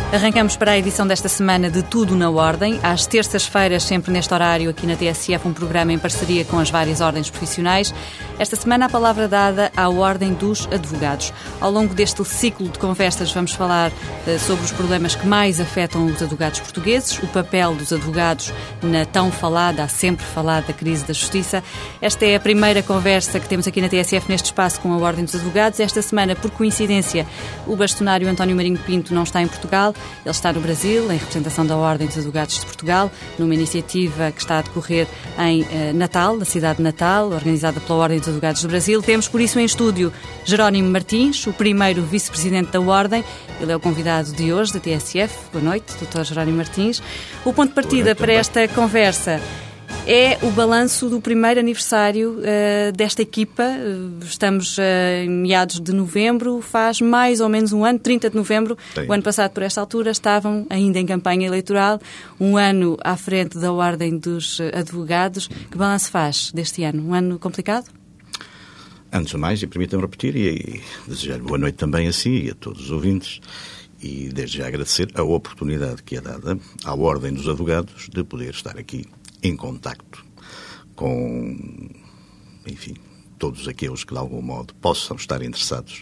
Arrancamos para a edição desta semana de Tudo na Ordem. Às terças-feiras, sempre neste horário, aqui na TSF, um programa em parceria com as várias ordens profissionais. Esta semana, a palavra dada à Ordem dos Advogados. Ao longo deste ciclo de conversas, vamos falar sobre os problemas que mais afetam os advogados portugueses, o papel dos advogados na tão falada, há sempre falada, crise da justiça. Esta é a primeira conversa que temos aqui na TSF neste espaço com a Ordem dos Advogados. Esta semana, por coincidência, o bastonário António Marinho Pinto não está em Portugal. Ele está no Brasil, em representação da Ordem dos Advogados de Portugal, numa iniciativa que está a decorrer em Natal, na cidade de Natal, organizada pela Ordem dos Advogados do Brasil. Temos, por isso, em estúdio Jerónimo Martins, o primeiro vice-presidente da Ordem. Ele é o convidado de hoje, da TSF. Boa noite, Dr. Jerónimo Martins. O ponto de partida para esta conversa é o balanço do primeiro aniversário desta equipa. Estamos em meados de novembro, faz mais ou menos um ano, 30 de novembro. Sim. O ano passado, por esta altura, estavam ainda em campanha eleitoral, um ano à frente da Ordem dos Advogados. Que balanço faz deste ano? Um ano complicado? Antes de mais, e permitam-me repetir, e desejar boa noite também a si e a todos os ouvintes, e desde já agradecer a oportunidade que é dada à Ordem dos Advogados de poder estar aqui em contacto com, enfim, todos aqueles que de algum modo possam estar interessados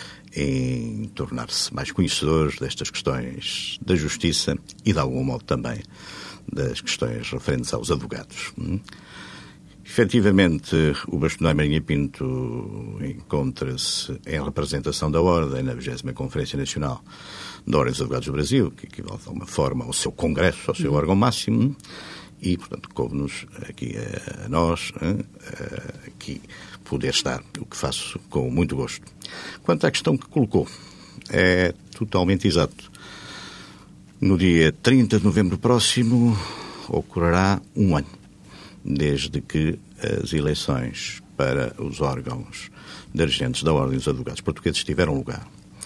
em tornar-se mais conhecedores destas questões da justiça e de algum modo também das questões referentes aos advogados. Efetivamente, o bastonário Marinho Pinto encontra-se em representação da Ordem na 20ª Conferência Nacional da Ordem dos Advogados do Brasil, que equivale de alguma forma ao seu congresso, ao seu órgão máximo. E, portanto, coube-nos aqui a nós aqui poder estar, o que faço com muito gosto. Quanto à questão que colocou, é totalmente exato. No dia 30 de novembro próximo ocorrerá um ano, desde que as eleições para os órgãos dirigentes da Ordem dos Advogados Portugueses tiveram lugar.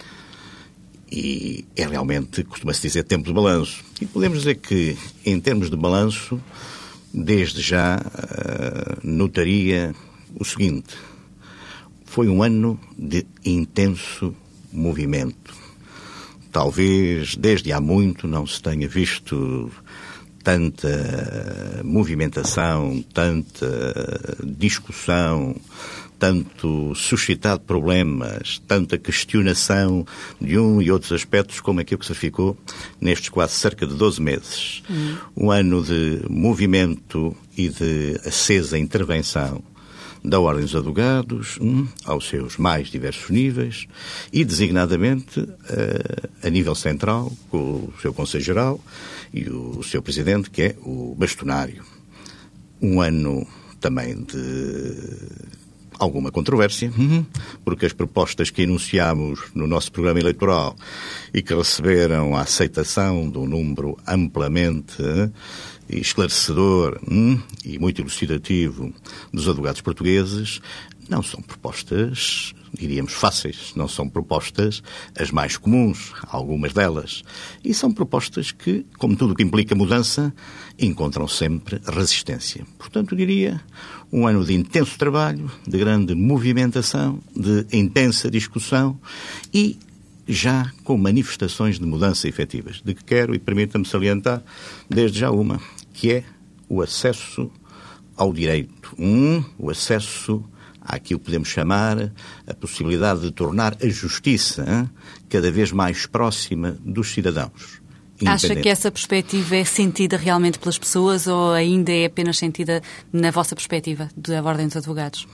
E é realmente, costuma-se dizer, tempo de balanço. E podemos dizer que, em termos de balanço, desde já notaria o seguinte: foi um ano de intenso movimento. Talvez desde há muito não se tenha visto tanta movimentação, tanta discussão, tanto suscitado problemas, tanta questionação de um e outros aspectos como aquilo que se ficou nestes quase cerca de 12 meses. Um ano de movimento e de acesa intervenção da Ordem dos Advogados, aos seus mais diversos níveis, e designadamente a nível central, com o seu Conselho Geral e o seu Presidente, que é o bastonário. Um ano também de alguma controvérsia, porque as propostas que enunciámos no nosso programa eleitoral e que receberam a aceitação de um número amplamente esclarecedor e muito elucidativo dos advogados portugueses não são propostas, diríamos, fáceis, não são propostas as mais comuns, algumas delas. E são propostas que, como tudo o que implica mudança, encontram sempre resistência. Portanto, eu diria, um ano de intenso trabalho, de grande movimentação, de intensa discussão e já com manifestações de mudança efetivas, de que quero, e permita-me salientar, desde já uma, que é o acesso ao direito. O acesso àquilo que podemos chamar a possibilidade de tornar a justiça cada vez mais próxima dos cidadãos. Acha que essa perspectiva é sentida realmente pelas pessoas ou ainda é apenas sentida na vossa perspectiva da Ordem dos Advogados?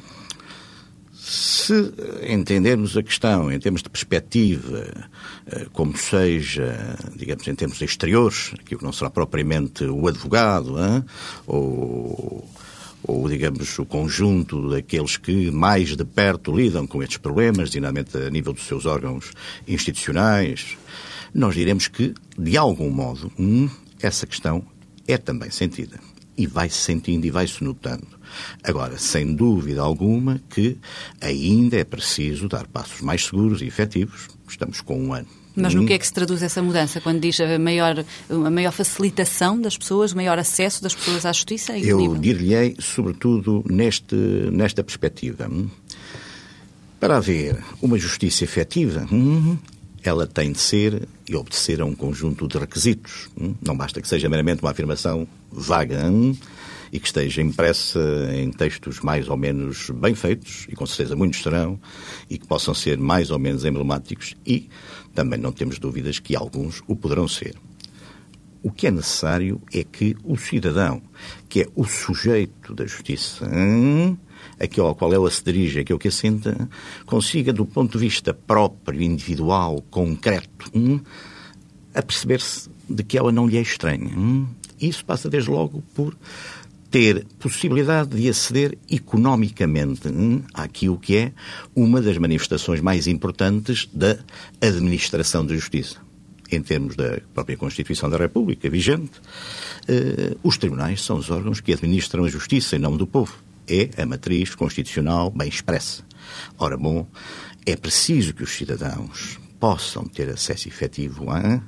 Se entendermos a questão em termos de perspectiva, como seja, digamos, em termos exteriores, aquilo que não será propriamente o advogado, ou digamos, o conjunto daqueles que mais de perto lidam com estes problemas, designadamente a nível dos seus órgãos institucionais, nós diremos que, de algum modo, essa questão é também sentida. E vai-se sentindo e vai-se notando. Agora, sem dúvida alguma que ainda é preciso dar passos mais seguros e efetivos. Estamos com um ano. Mas no que é que se traduz essa mudança? Quando diz a maior facilitação das pessoas, o maior acesso das pessoas à justiça? Eu dir-lhe-ei, sobretudo, nesta perspectiva. Para haver uma justiça efetiva, ela tem de ser e obedecer a um conjunto de requisitos. Não basta que seja meramente uma afirmação vaga e que esteja impressa em textos mais ou menos bem feitos, e com certeza muitos serão, e que possam ser mais ou menos emblemáticos, e também não temos dúvidas que alguns o poderão ser. O que é necessário é que o cidadão, que é o sujeito da justiça, aquele ao qual ela se dirige, aquele que assenta, consiga, do ponto de vista próprio, individual, concreto, a perceber-se de que ela não lhe é estranha. Isso passa desde logo por ter possibilidade de aceder economicamente àquilo que é uma das manifestações mais importantes da administração da justiça. Em termos da própria Constituição da República vigente, os tribunais são os órgãos que administram a justiça em nome do povo. É a matriz constitucional bem expressa. Ora, bom, é preciso que os cidadãos possam ter acesso efetivo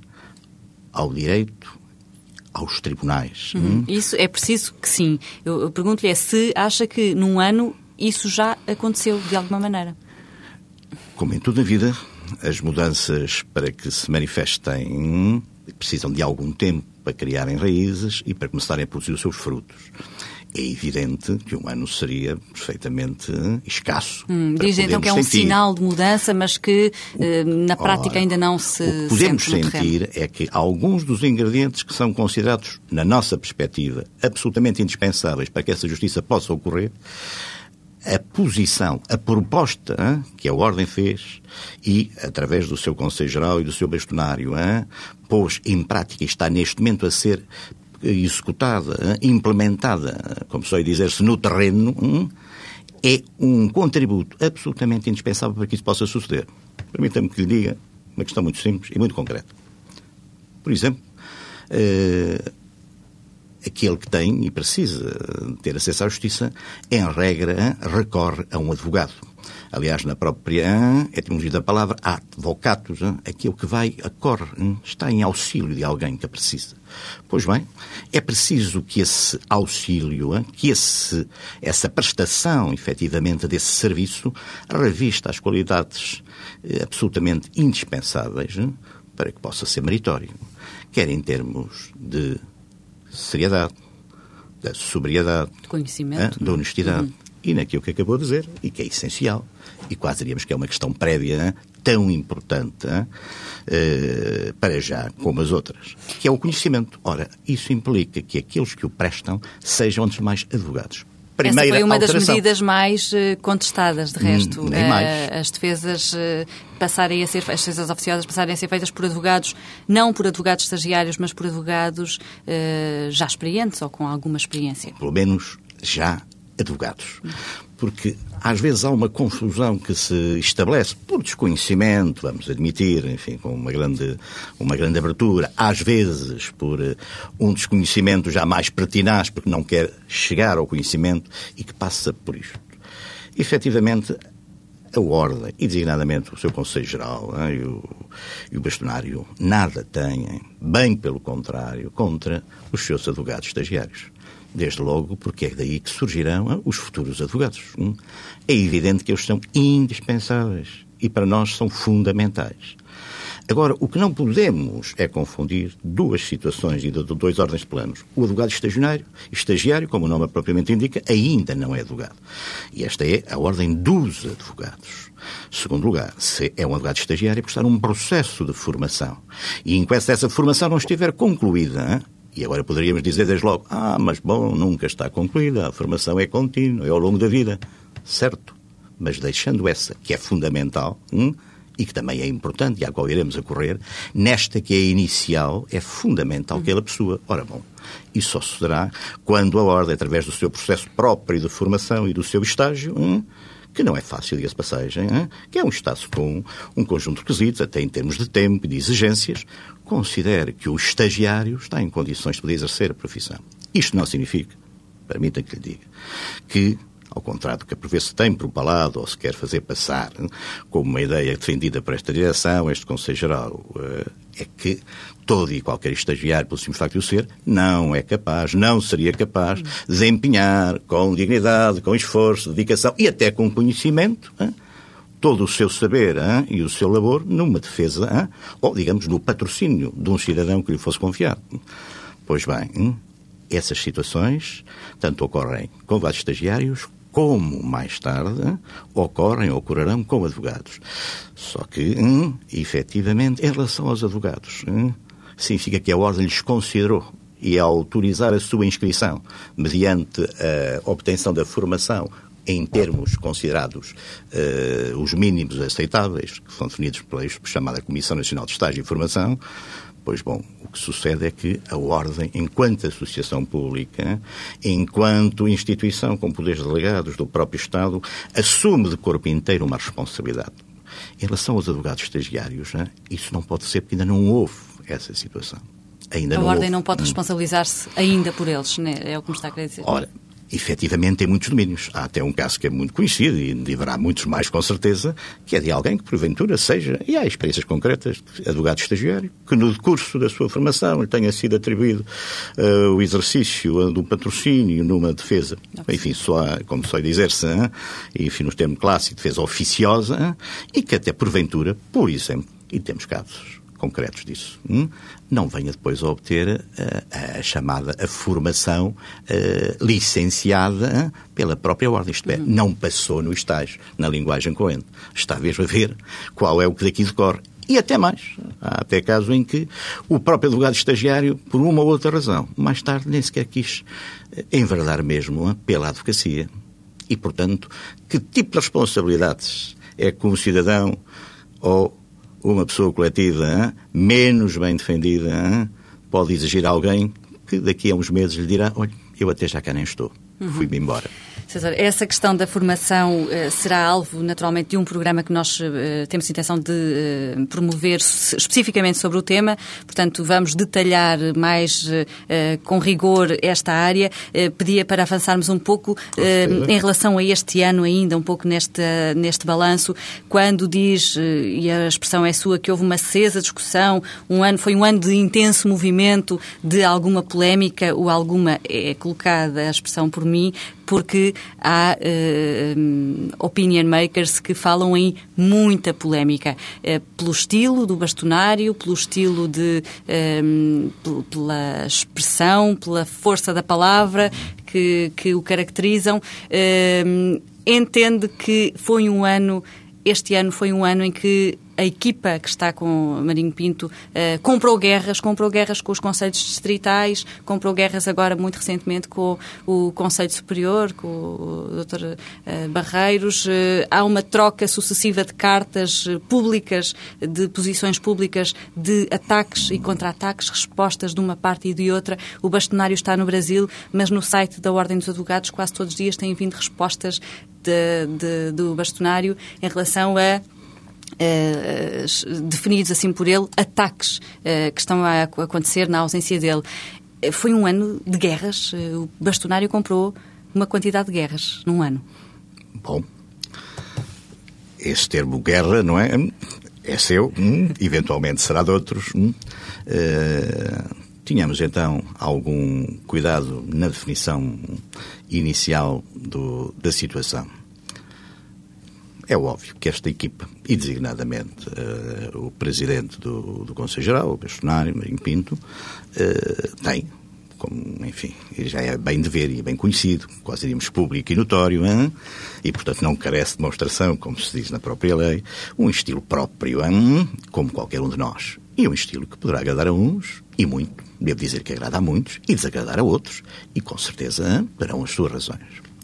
ao direito, aos tribunais. Isso é preciso que sim. Eu pergunto-lhe se acha que num ano isso já aconteceu de alguma maneira. Como em tudo na vida, as mudanças, para que se manifestem, precisam de algum tempo para criarem raízes e para começarem a produzir os seus frutos. É evidente que um ano seria perfeitamente escasso. Diz então que é um sinal de mudança, mas que na prática ainda não se sente. O que podemos sentir é que alguns dos ingredientes que são considerados, na nossa perspectiva, absolutamente indispensáveis para que essa justiça possa ocorrer, a posição, a proposta que a Ordem fez e, através do seu Conselho Geral e do seu bastonário, pôs em prática e está neste momento a ser executada, implementada, como se dizer-se, no terreno, é um contributo absolutamente indispensável para que isso possa suceder. Permita-me que lhe diga uma questão muito simples e muito concreta. Por exemplo, aquele que tem e precisa ter acesso à justiça, em regra, recorre a um advogado. Aliás, na própria etimologia da palavra, advocatus, aquele que vai, acorre, está em auxílio de alguém que a precisa. Pois bem, é preciso que esse auxílio, que essa prestação, efetivamente, desse serviço, revista as qualidades absolutamente indispensáveis para que possa ser meritório. Quer em termos de seriedade, da sobriedade, conhecimento, da honestidade. E naquilo que acabou de dizer, e que é essencial, e quase diríamos que é uma questão prévia, tão importante para já como as outras, que é o conhecimento. Ora, isso implica que aqueles que o prestam sejam, antes de mais, advogados. Essa foi uma das medidas mais contestadas, de resto. Nem mais. As defesas passarem a ser, as defesas oficiosas passarem a ser feitas por advogados, não por advogados estagiários, mas por advogados já experientes ou com alguma experiência. Pelo menos já advogados. Porque às vezes há uma confusão que se estabelece por desconhecimento, vamos admitir, enfim, com uma grande abertura, às vezes por um desconhecimento já mais pertinaz, porque não quer chegar ao conhecimento e que passa por isto. Efetivamente, a Ordem, e designadamente o seu Conselho Geral e o bastonário, nada têm, bem pelo contrário, contra os seus advogados estagiários. Desde logo, porque é daí que surgirão os futuros advogados. É evidente que eles são indispensáveis e para nós são fundamentais. Agora, o que não podemos é confundir duas situações e dois ordens de planos. O advogado estagiário, como o nome propriamente indica, ainda não é advogado. E esta é a ordem dos advogados. Segundo lugar, se é um advogado estagiário, é porque está num processo de formação. E enquanto essa formação não estiver concluída, e agora poderíamos dizer desde logo, mas bom, nunca está concluída, a formação é contínua, é ao longo da vida. Certo, mas deixando essa, que é fundamental, e que também é importante e à qual iremos acorrer, nesta que é inicial, é fundamental que ela possua. Ora bom, isso só sucederá quando a Ordem, através do seu processo próprio de formação e do seu estágio, que não é fácil, diga-se passagem, que é um estágio com um conjunto de requisitos, até em termos de tempo e de exigências, considere que o estagiário está em condições de poder exercer a profissão. Isto não significa, permita que lhe diga, que, ao contrário do que por vezes se tem propalado ou se quer fazer passar como uma ideia defendida por esta direção, este Conselho Geral, é que todo e qualquer estagiário, pelo simples facto de o ser, não é capaz, não seria capaz de desempenhar com dignidade, com esforço, dedicação e até com conhecimento todo o seu saber e o seu labor numa defesa ou, digamos, no patrocínio de um cidadão que lhe fosse confiado. Pois bem, essas situações tanto ocorrem com vários estagiários como, mais tarde, ocorrerão com advogados. Só que, efetivamente, em relação aos advogados, significa que a Ordem lhes considerou e ao autorizar a sua inscrição mediante a obtenção da formação em termos considerados os mínimos aceitáveis, que são definidos pela chamada Comissão Nacional de Estágio e Formação, pois bom, o que sucede é que a Ordem, enquanto associação pública, enquanto instituição com poderes delegados do próprio Estado, assume de corpo inteiro uma responsabilidade. Em relação aos advogados estagiários, isso não pode ser porque ainda não houve essa situação. A Ordem não pode responsabilizar-se ainda por eles, né? É o que me está a querer dizer. Ora, efetivamente tem muitos domínios. Há até um caso que é muito conhecido e haverá muitos mais com certeza, que é de alguém que porventura seja, e há experiências concretas, advogado estagiário, que no decurso da sua formação lhe tenha sido atribuído o exercício do patrocínio numa defesa, enfim, como só dizer-se, enfim, no termo clássico, defesa oficiosa, e que até porventura, por exemplo, e temos casos concretos disso, não venha depois a obter a chamada formação licenciada pela própria Ordem, isto é, não passou no estágio, na linguagem corrente. Está mesmo a ver qual é o que daqui decorre. E até mais. Há até casos em que o próprio advogado estagiário, por uma ou outra razão, mais tarde nem sequer quis enverdar mesmo pela advocacia. E, portanto, que tipo de responsabilidades é que um cidadão ou uma pessoa coletiva menos bem defendida pode exigir a alguém que daqui a uns meses lhe dirá: olha, eu até já cá nem estou, fui-me embora. César, essa questão da formação será alvo, naturalmente, de um programa que nós temos intenção de promover especificamente sobre o tema. Portanto, vamos detalhar mais com rigor esta área. Pedia para avançarmos um pouco em relação a este ano ainda, um pouco neste balanço, quando diz, e a expressão é sua, que houve uma acesa discussão, foi um ano de intenso movimento, de alguma polémica, ou alguma é colocada a expressão por mim, porque há opinion makers que falam em muita polémica, pelo estilo do bastonário, pelo estilo pela expressão, pela força da palavra que o caracterizam. Entende que este ano foi um ano em que a equipa que está com Marinho Pinto comprou guerras com os conselhos distritais, comprou guerras agora muito recentemente com o Conselho Superior, com o Dr. Barreiros. Há uma troca sucessiva de cartas públicas, de posições públicas, de ataques e contra-ataques, respostas de uma parte e de outra. O bastonário está no Brasil, mas no site da Ordem dos Advogados quase todos os dias têm vindo respostas do bastonário em relação a definidos assim por ele, ataques que estão a acontecer na ausência dele. Foi um ano de guerras. O bastonário comprou uma quantidade de guerras num ano. Bom, esse termo guerra, não é? É seu, eventualmente será de outros. Tínhamos então algum cuidado na definição inicial da situação. É óbvio que esta equipa, e designadamente o presidente do Conselho Geral, o bastonário Marinho Pinto, tem, como, enfim, já é bem de ver e bem conhecido, quase diríamos público e notório, e portanto não carece de demonstração, como se diz na própria lei, um estilo próprio, como qualquer um de nós. E um estilo que poderá agradar a uns, e muito, devo dizer que agrada a muitos, e desagradar a outros, e com certeza terão as suas razões.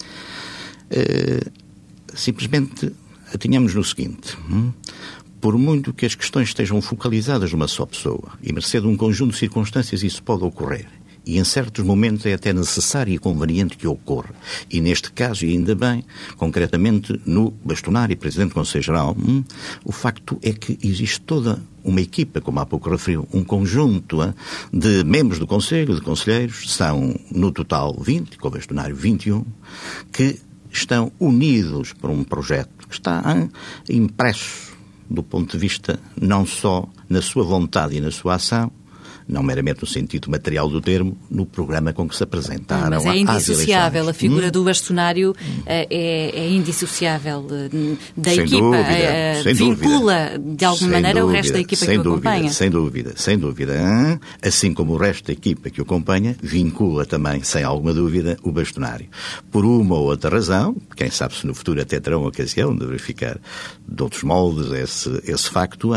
Simplesmente atinhamos no seguinte: por muito que as questões estejam focalizadas numa só pessoa e mercê de um conjunto de circunstâncias isso pode ocorrer, e em certos momentos é até necessário e conveniente que ocorra, e neste caso, e ainda bem, concretamente no bastonário e presidente do Conselho Geral, o facto é que existe toda uma equipa, como há pouco referiu, um conjunto de membros do Conselho, de conselheiros, são no total 20, com o bastonário 21, que estão unidos por um projeto que está impresso do ponto de vista não só na sua vontade e na sua ação, não meramente no sentido material do termo, no programa com que se apresentaram. Mas é indissociável, a figura do bastonário é indissociável da sem equipa, dúvida, vincula de alguma maneira o resto da equipa que o acompanha. Sem dúvida. Assim como o resto da equipa que o acompanha, vincula também, sem alguma dúvida, o bastonário. Por uma ou outra razão, quem sabe se no futuro até terão ocasião de verificar de outros moldes esse facto,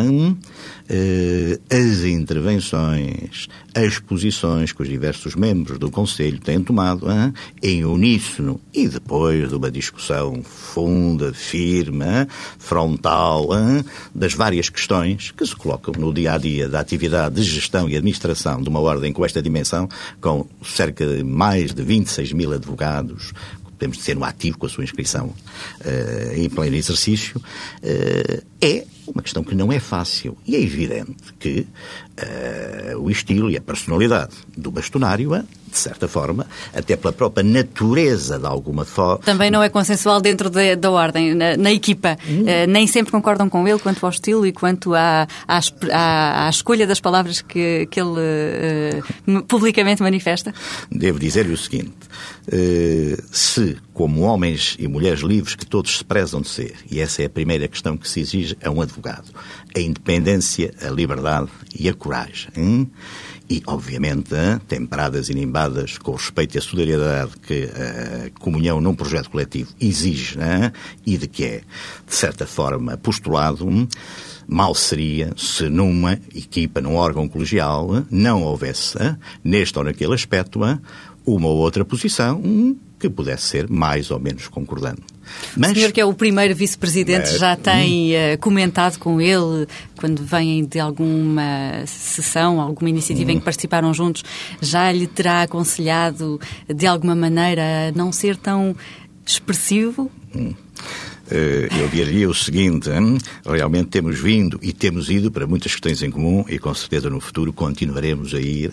as intervenções, as posições que os diversos membros do Conselho têm tomado em uníssono e depois de uma discussão funda, firme, frontal, das várias questões que se colocam no dia-a-dia da atividade de gestão e administração de uma ordem com esta dimensão, com cerca de mais de 26 mil advogados, podemos dizer no ativo com a sua inscrição em pleno exercício, é uma questão que não é fácil. E é evidente que o estilo e a personalidade do bastonário, de certa forma, até pela própria natureza de alguma forma... Também não é consensual dentro da ordem, na equipa. Nem sempre concordam com ele quanto ao estilo e quanto à escolha das palavras que ele publicamente manifesta? Devo dizer-lhe o seguinte, se, como homens e mulheres livres que todos se prezam de ser, e essa é a primeira questão que se exige a um advogado, a independência, a liberdade e a coragem, e, obviamente, temperadas e nimbadas com o respeito e a solidariedade que a comunhão num projeto coletivo exige, e de que é, de certa forma, postulado, mal seria se numa equipa, num órgão colegial, não houvesse, neste ou naquele aspecto, uma ou outra posição que pudesse ser mais ou menos concordante. Mas, o senhor, que é o primeiro vice-presidente, já tem comentado com ele, quando vêm de alguma sessão, alguma iniciativa em que participaram juntos, já lhe terá aconselhado, de alguma maneira, a não ser tão expressivo? Eu diria o seguinte, realmente temos vindo e temos ido para muitas questões em comum e com certeza no futuro continuaremos a ir,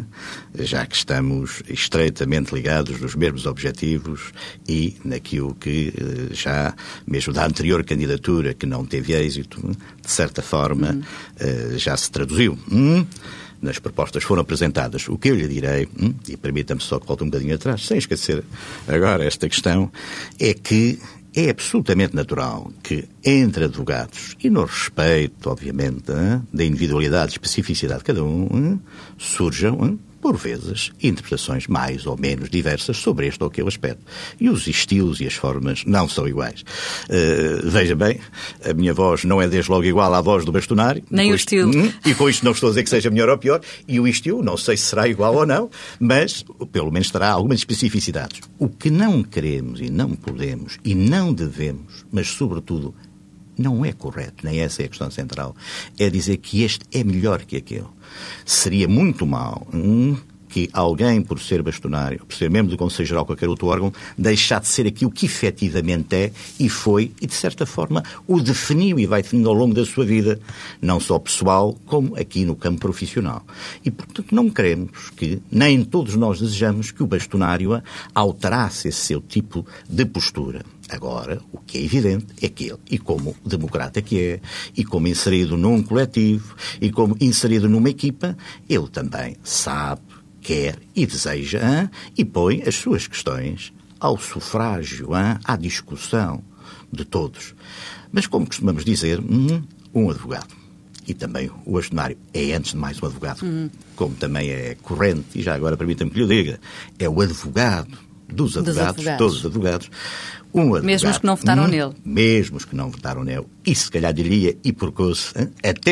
já que estamos estreitamente ligados nos mesmos objetivos e naquilo que já, mesmo da anterior candidatura que não teve êxito, de certa forma, já se traduziu. Nas propostas foram apresentadas. O que eu lhe direi, e permita-me só que volte um bocadinho atrás, sem esquecer agora esta questão, é que é absolutamente natural que entre advogados, e no respeito, obviamente, da individualidade e especificidade de cada um, surjam, por vezes, interpretações mais ou menos diversas sobre este ou aquele aspecto. E os estilos e as formas não são iguais. Veja bem, a minha voz não é desde logo igual à voz do bastonário. Nem o estilo. E com isto não estou a dizer que seja melhor ou pior. E o estilo, não sei se será igual ou não, mas pelo menos terá algumas especificidades. O que não queremos e não podemos e não devemos, mas sobretudo não é correto, nem essa é a questão central, é dizer que este é melhor que aquele. Seria muito mau que alguém, por ser bastonário, por ser membro do Conselho Geral ou qualquer outro órgão, deixar de ser aquilo que efetivamente é e foi, e de certa forma o definiu e vai definindo ao longo da sua vida, não só pessoal, como aqui no campo profissional. E, portanto, não queremos que, nem todos nós desejamos, que o bastonário alterasse esse seu tipo de postura. Agora, o que é evidente é que ele, e como democrata que é, e como inserido num coletivo, e como inserido numa equipa, ele também sabe, quer e deseja, e põe as suas questões ao sufrágio, à discussão de todos. Mas, como costumamos dizer, um advogado, e também o bastonário é, antes de mais, um advogado, como também é corrente, e já agora permita-me que lhe diga, é o advogado dos advogados, todos os advogados. Um advogado, mesmo os que não votaram nele. Mesmo os que não votaram nele. E se calhar diria, e por causa,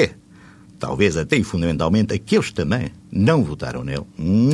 talvez até e fundamentalmente, aqueles que também não votaram nele,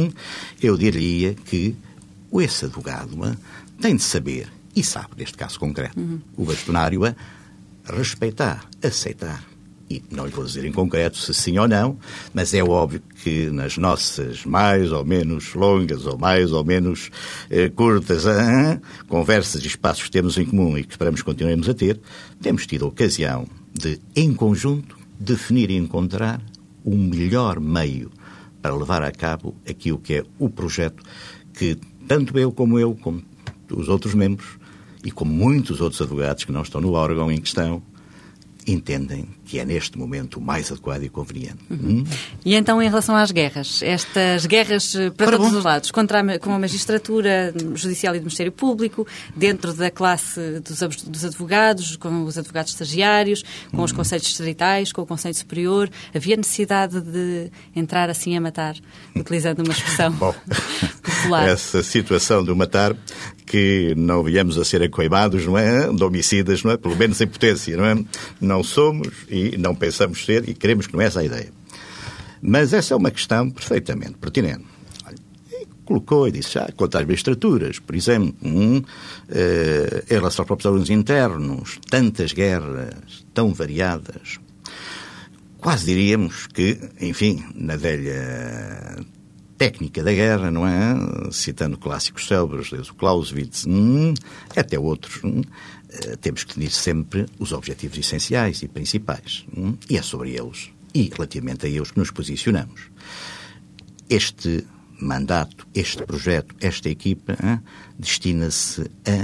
eu diria que esse advogado tem de saber, e sabe neste caso concreto, o bastonário respeitar, aceitar. E não lhe vou dizer em concreto se sim ou não, mas é óbvio que nas nossas mais ou menos longas ou mais ou menos curtas conversas e espaços que temos em comum e que esperamos que continuemos a ter, temos tido a ocasião de, em conjunto, definir e encontrar o melhor meio para levar a cabo aquilo que é o projeto que tanto eu, como os outros membros e como muitos outros advogados que não estão no órgão em questão, entendem que é neste momento o mais adequado e conveniente. E então, em relação às guerras, estas guerras para todos os lados, com a magistratura judicial e do Ministério Público, dentro da classe dos advogados, com os advogados estagiários, com os conselhos distritais, com o Conselho Superior, havia necessidade de entrar assim a matar, utilizando uma expressão popular? Essa situação do matar, que não viemos a ser acoimados, não é? De homicidas, não é? Pelo menos em potência, não é? Não somos e não pensamos ser e queremos que não é essa a ideia. Mas essa é uma questão perfeitamente pertinente. Colocou e disse, quanto às magistraturas, por exemplo, em relação aos próprios órgãos internos, tantas guerras tão variadas, quase diríamos que, enfim, na velha técnica da guerra, não é? Citando clássicos célebres, desde o Clausewitz, até outros, temos que definir sempre os objetivos essenciais e principais. E é sobre eles, e relativamente a eles, que nos posicionamos. Este mandato, este projeto, esta equipa, destina-se a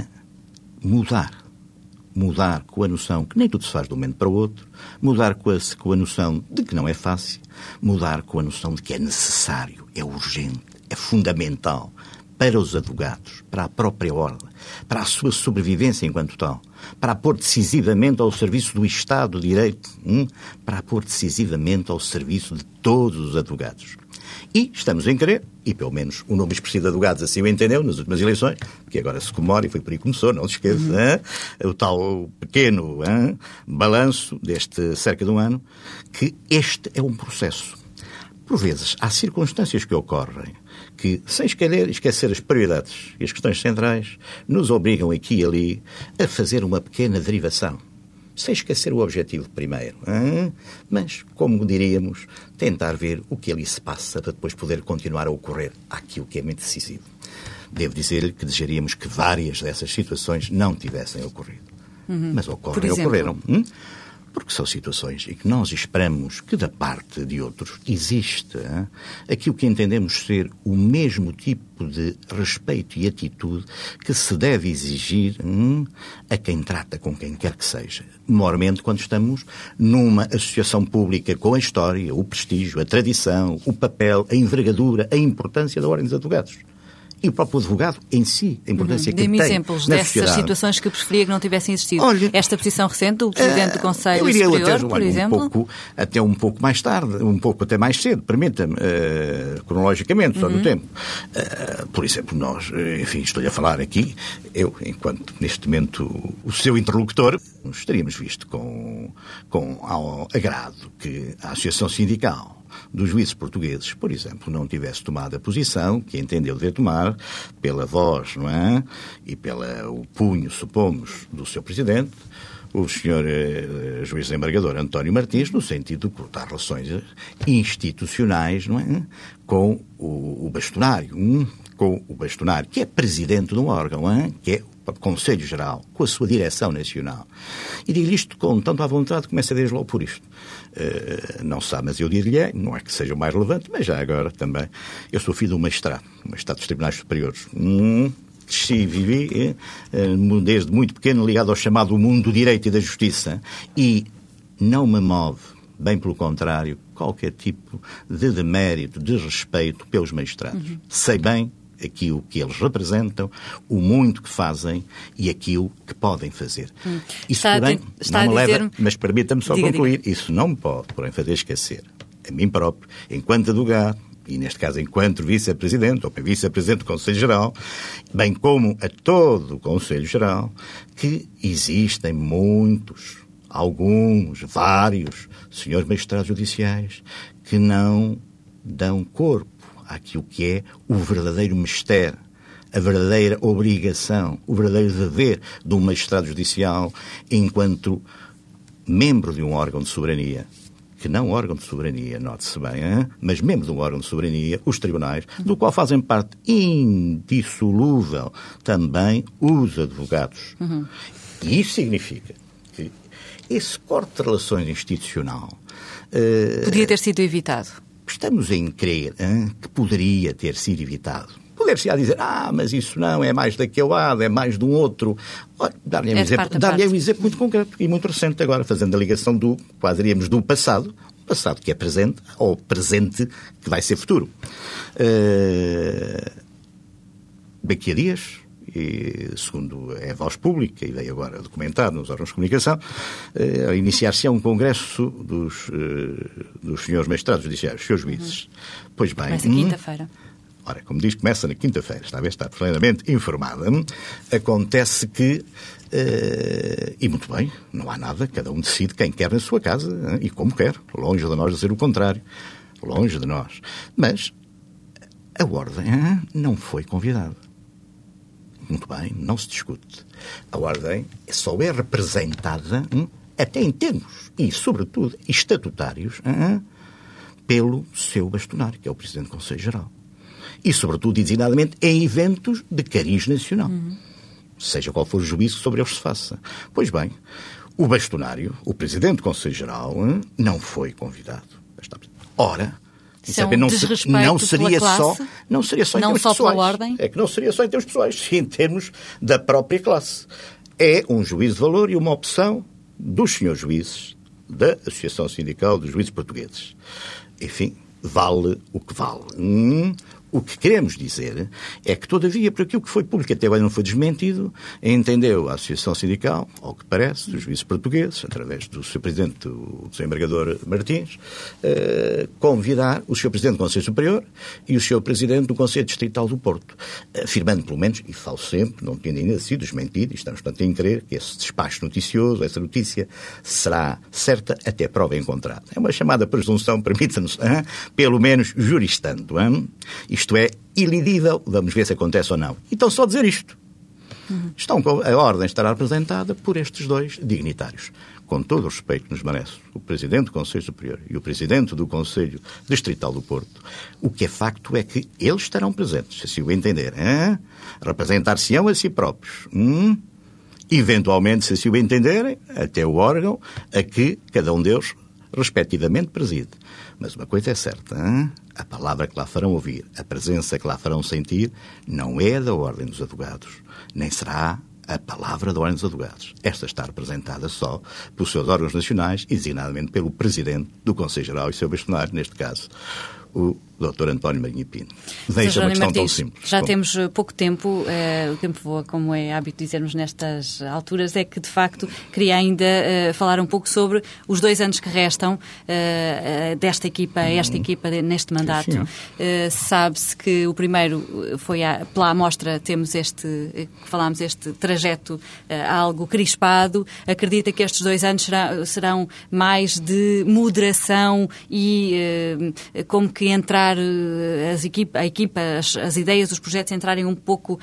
mudar com a noção que nem tudo se faz de um momento para o outro, mudar com a noção de que não é fácil, mudar com a noção de que é necessário, é urgente, é fundamental para os advogados, para a própria ordem, para a sua sobrevivência enquanto tal, para a pôr decisivamente ao serviço do Estado de Direito, para a pôr decisivamente ao serviço de todos os advogados. E estamos em querer, e pelo menos o número expressivo de advogados assim o entendeu nas últimas eleições, que agora se comemora e foi por aí que começou, não se esqueça, o tal pequeno balanço deste cerca de um ano, que este é um processo. Por vezes, há circunstâncias que ocorrem que, sem esquecer as prioridades e as questões centrais, nos obrigam aqui e ali a fazer uma pequena derivação. Sem esquecer o objetivo primeiro. Mas, como diríamos, tentar ver o que ali se passa para depois poder continuar a ocorrer aquilo que é muito decisivo. Devo dizer-lhe que desejaríamos que várias dessas situações não tivessem ocorrido. Mas ocorreram. Porque são situações em que nós esperamos que da parte de outros exista aquilo que entendemos ser o mesmo tipo de respeito e atitude que se deve exigir a quem trata com quem quer que seja. Maiormente quando estamos numa associação pública com a história, o prestígio, a tradição, o papel, a envergadura, a importância da Ordem dos Advogados. E o próprio advogado em si, a importância que tem na sociedade. Dê-me exemplos dessas situações que preferia que não tivessem existido. Olha, esta posição recente do Presidente do Conselho Superior, por exemplo? Até um pouco mais tarde, um pouco até mais cedo, permita-me, cronologicamente, só no tempo. Por exemplo, nós, enfim, estou-lhe a falar aqui, eu, enquanto neste momento o seu interlocutor, estaríamos visto com ao agrado que a Associação Sindical dos juízes portugueses, por exemplo, não tivesse tomado a posição que entendeu dever tomar pela voz, não é? E pelo punho, supomos, do seu presidente, o senhor juiz desembargador António Martins, no sentido de cortar relações institucionais, não é? Com o bastonário, que é presidente de um órgão, que é o Conselho Geral, com a sua direção nacional. E digo isto com tanto à vontade, começa desde logo por isto. Não sabe, mas eu diria, não é que seja o mais relevante, mas já agora também, eu sou filho de um magistrado dos Tribunais Superiores. Vivi desde muito pequeno ligado ao chamado mundo do direito e da justiça e não me move, bem pelo contrário, qualquer tipo de demérito, de respeito pelos magistrados. Sei bem aquilo que eles representam, o muito que fazem e aquilo que podem fazer. Isso, porém, não me leva, mas permita-me só concluir, isso não me pode, porém, fazer esquecer a mim próprio, enquanto advogado, e neste caso enquanto vice-presidente ou vice-presidente do Conselho Geral, bem como a todo o Conselho Geral, que existem vários senhores magistrados judiciais que não dão corpo àquilo que é o verdadeiro mistério, a verdadeira obrigação, o verdadeiro dever de um magistrado judicial enquanto membro de um órgão de soberania, que não órgão de soberania, note-se bem, mas membro de um órgão de soberania, os tribunais, do qual fazem parte indissolúvel também os advogados. E isso significa que esse corte de relações institucional podia ter sido evitado. Estamos em crer que poderia ter sido evitado. Poder-se-á dizer, mas isso não, é mais daquele lado, é mais de um outro. Dar-lhe um exemplo muito concreto e muito recente agora, fazendo a ligação quase diríamos, do passado que é presente, ou presente que vai ser futuro. Daqui a dias, e segundo é voz pública, e veio agora documentado nos órgãos de comunicação, iniciar-se um congresso dos senhores magistrados judiciários, seus juízes. Pois bem... Começa quinta-feira. Ora, como diz, começa na quinta-feira, está plenamente informada. Acontece que, e muito bem, não há nada, cada um decide quem quer na sua casa e como quer, longe de nós dizer o contrário, longe de nós. Mas a Ordem não foi convidada. Muito bem, não se discute. A Ordem só é representada, até em termos e, sobretudo, estatutários, pelo seu bastonário, que é o Presidente do Conselho Geral. E, sobretudo, designadamente, em eventos de cariz nacional. Seja qual for o juízo sobre eles se faça. Pois bem, o bastonário, o Presidente do Conselho Geral, não foi convidado. Ora, não seria só em termos pessoais. É que não seria só em termos pessoais, sim em termos da própria classe. É um juízo de valor e uma opção dos senhores juízes da Associação Sindical dos Juízes Portugueses. Enfim, vale o que vale. O que queremos dizer é que, todavia, por aquilo que foi público até agora não foi desmentido, entendeu a Associação Sindical, ao que parece, dos juízes portugueses, através do seu presidente, o desembargador Martins, convidar o seu presidente do Conselho Superior e o seu presidente do Conselho Distrital do Porto, afirmando, pelo menos, e falo sempre, não tendo ainda sido desmentido, e estamos, portanto, em crer que esse despacho noticioso, essa notícia, será certa até prova encontrada. É uma chamada presunção, permita-nos, pelo menos juristando. Isto é ilidível, vamos ver se acontece ou não. Então, só dizer isto. A Ordem estará representada por estes dois dignitários. Com todo o respeito que nos merece o Presidente do Conselho Superior e o Presidente do Conselho Distrital do Porto, o que é facto é que eles estarão presentes, se assim o entenderem. Representar-se-ão a si próprios. Eventualmente, se assim o entenderem, até o órgão a que cada um deles respectivamente preside. Mas uma coisa é certa, a palavra que lá farão ouvir, a presença que lá farão sentir, não é da Ordem dos Advogados, nem será a palavra da Ordem dos Advogados. Esta está representada só pelos seus órgãos nacionais e, designadamente, pelo Presidente do Conselho Geral e seu bastonário, neste caso, o Dr. António Marinho Pinto. Veja uma questão tão simples. Já temos pouco tempo, o tempo voa, como é hábito dizermos nestas alturas, é que, de facto, queria ainda falar um pouco sobre os 2 anos que restam desta equipa, esta equipa, neste mandato. Sabe-se que o primeiro foi, pela amostra, falámos este trajeto algo crispado. Acredita que estes 2 anos serão mais de moderação e como que entrar a equipa, as ideias, os projetos entrarem um pouco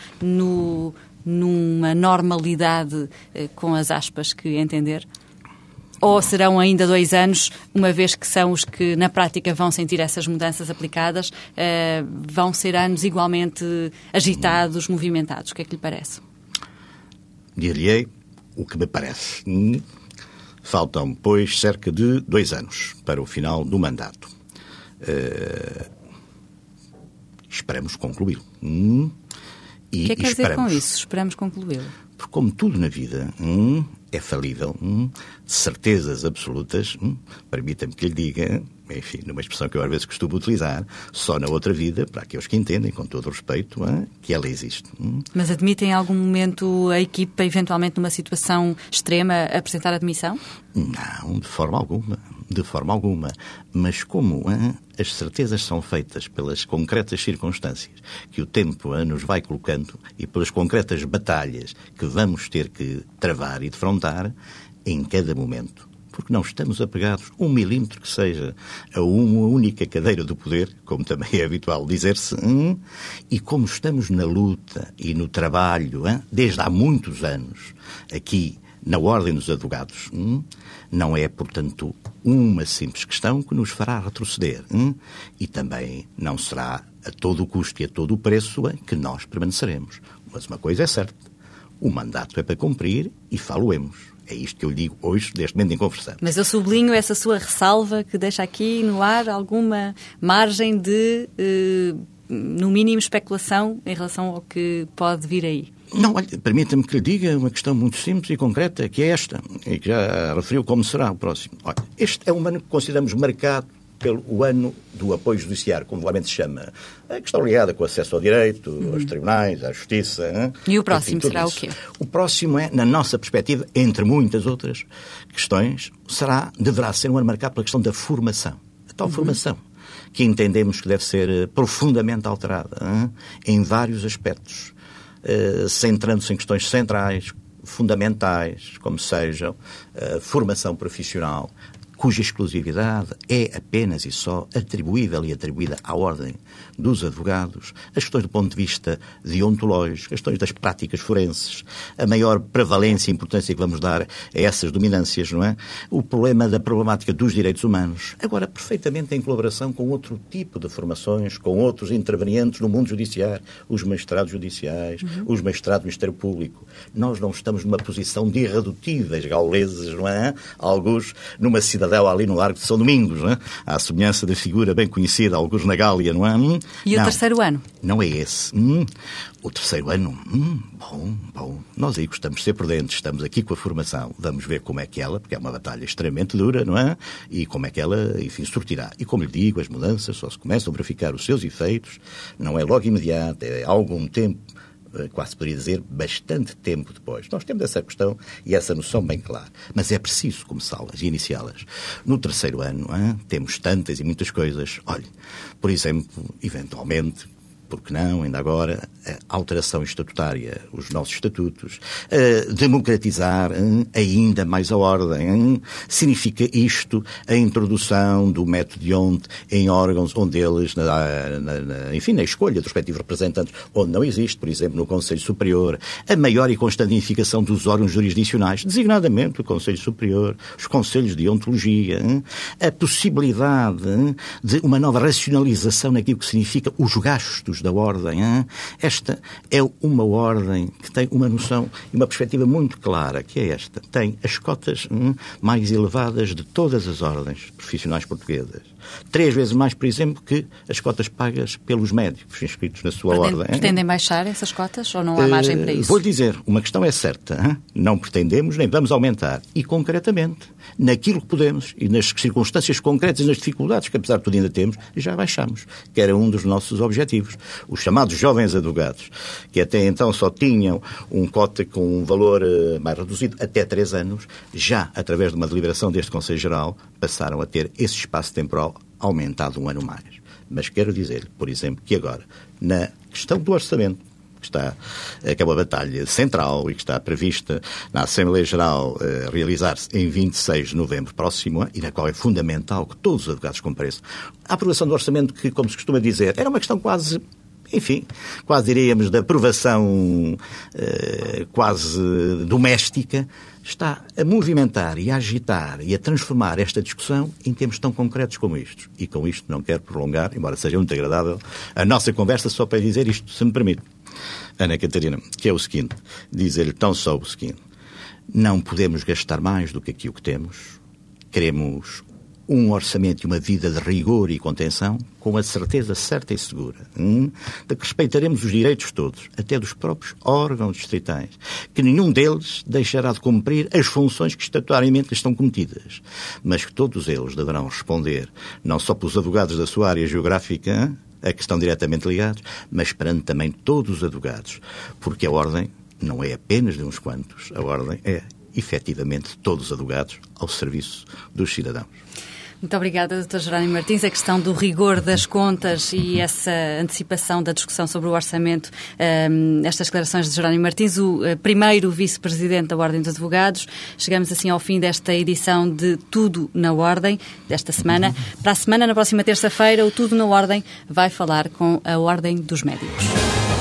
numa normalidade, com as aspas que entender? Ou serão ainda 2 anos, uma vez que são os que na prática vão sentir essas mudanças aplicadas, vão ser anos igualmente agitados, movimentados? O que é que lhe parece? Dir-lhe o que me parece. Faltam, pois, cerca de 2 anos para o final do mandato. Esperamos concluí-lo. O que é que quer dizer com isso? Esperamos concluí-lo? Porque, como tudo na vida é falível, de certezas absolutas, permita-me que lhe diga, enfim, numa expressão que eu às vezes costumo utilizar, só na outra vida, para aqueles que entendem, com todo o respeito, que ela existe. Mas admite em algum momento a equipa, eventualmente numa situação extrema, apresentar admissão? Não, de forma alguma. De forma alguma. Mas como as certezas são feitas pelas concretas circunstâncias que o tempo nos vai colocando e pelas concretas batalhas que vamos ter que travar e defrontar em cada momento, porque não estamos apegados 1 milímetro que seja a uma única cadeira do poder, como também é habitual dizer-se, e como estamos na luta e no trabalho desde há muitos anos aqui na Ordem dos Advogados, não é, portanto, uma simples questão que nos fará retroceder. E também não será a todo o custo e a todo o preço que nós permaneceremos. Mas uma coisa é certa, o mandato é para cumprir e falo-emos. É isto que eu lhe digo hoje, neste momento em conversar. Mas eu sublinho essa sua ressalva que deixa aqui no ar alguma margem de no mínimo, especulação em relação ao que pode vir aí? Não, olha, permita-me que lhe diga uma questão muito simples e concreta, que é esta, e que já referiu como será o próximo. Olha, este é um ano que consideramos marcado pelo ano do apoio judiciário, como realmente se chama. A questão ligada com o acesso ao direito, aos tribunais, à justiça. Hein? E o próximo enfim, será isso. O quê? O próximo é, na nossa perspectiva, entre muitas outras questões, deverá ser um ano marcado pela questão da formação. A tal formação, que entendemos que deve ser profundamente alterada, em vários aspectos, centrando-se em questões centrais, fundamentais, como sejam a formação profissional, cuja exclusividade é apenas e só atribuível e atribuída à ordem dos advogados, as questões do ponto de vista deontológico, as questões das práticas forenses, a maior prevalência e importância que vamos dar a essas dominâncias, não é? O problema da problemática dos direitos humanos, agora perfeitamente em colaboração com outro tipo de formações, com outros intervenientes no mundo judiciário, os magistrados judiciais, os magistrados do Ministério Público. Nós não estamos numa posição de irredutíveis gauleses, não é? Alguns numa cidadela ali no Largo de São Domingos, não é? À semelhança da figura bem conhecida, alguns na Gália, não é? E o terceiro ano? Não é esse. O terceiro ano, bom. Nós aí gostamos de ser prudentes, estamos aqui com a formação. Vamos ver como é que ela, porque é uma batalha extremamente dura, não é? E como é que ela, enfim, sortirá. E como lhe digo, as mudanças só se começam a verificar os seus efeitos, não é logo imediato, é algum tempo, quase poderia dizer, bastante tempo depois. Nós temos essa questão e essa noção bem clara. Mas é preciso começá-las e iniciá-las. No terceiro ano, temos tantas e muitas coisas. Olhe, por exemplo, eventualmente, porque não, ainda agora, a alteração estatutária, os nossos estatutos, democratizar ainda mais a ordem. Significa isto a introdução do método de Hont em órgãos onde eles, enfim, na escolha dos respectivos representantes, onde não existe, por exemplo, no Conselho Superior, a maior e constante unificação dos órgãos jurisdicionais, designadamente o Conselho Superior, os Conselhos de Ontologia, a possibilidade de uma nova racionalização naquilo que significa os gastos da ordem. Esta é uma ordem que tem uma noção e uma perspectiva muito clara, que é esta. Tem as cotas mais elevadas de todas as ordens profissionais portuguesas. 3 vezes mais, por exemplo, que as cotas pagas pelos médicos inscritos na sua ordem. Pretendem baixar essas cotas ou não há margem para isso? Vou-lhe dizer, uma questão é certa. Não pretendemos nem vamos aumentar. E, concretamente, naquilo que podemos e nas circunstâncias concretas e nas dificuldades que, apesar de tudo, ainda temos, já baixamos, que era um dos nossos objetivos. Os chamados jovens advogados, que até então só tinham um cota com um valor mais reduzido, até 3 anos, já, através de uma deliberação deste Conselho Geral, passaram a ter esse espaço temporal aumentado um ano mais. Mas quero dizer, por exemplo, que agora, na questão do orçamento, que é uma batalha central e que está prevista na Assembleia Geral realizar-se em 26 de novembro próximo, e na qual é fundamental que todos os advogados compareçam. A aprovação do orçamento, que, como se costuma dizer, era uma questão quase diríamos, de aprovação quase doméstica, está a movimentar e a agitar e a transformar esta discussão em termos tão concretos como estes. E com isto não quero prolongar, embora seja muito agradável, a nossa conversa, só para dizer isto, se me permite, Ana Catarina, que é o seguinte, dizer-lhe tão só o seguinte: não podemos gastar mais do que aquilo que temos, queremos um orçamento e uma vida de rigor e contenção, com a certeza certa e segura de que respeitaremos os direitos todos, até dos próprios órgãos distritais, que nenhum deles deixará de cumprir as funções que estatutariamente lhes estão cometidas, mas que todos eles deverão responder, não só pelos advogados da sua área geográfica, a que estão diretamente ligados, mas perante também todos os advogados, porque a ordem não é apenas de uns quantos, a ordem é, efetivamente, de todos os advogados ao serviço dos cidadãos. Muito obrigada, Dr. Jerónimo Martins. A questão do rigor das contas e essa antecipação da discussão sobre o orçamento, estas declarações de Jerónimo Martins, o primeiro vice-presidente da Ordem dos Advogados. Chegamos assim ao fim desta edição de Tudo na Ordem, desta semana. Para a semana, na próxima terça-feira, o Tudo na Ordem vai falar com a Ordem dos Médicos.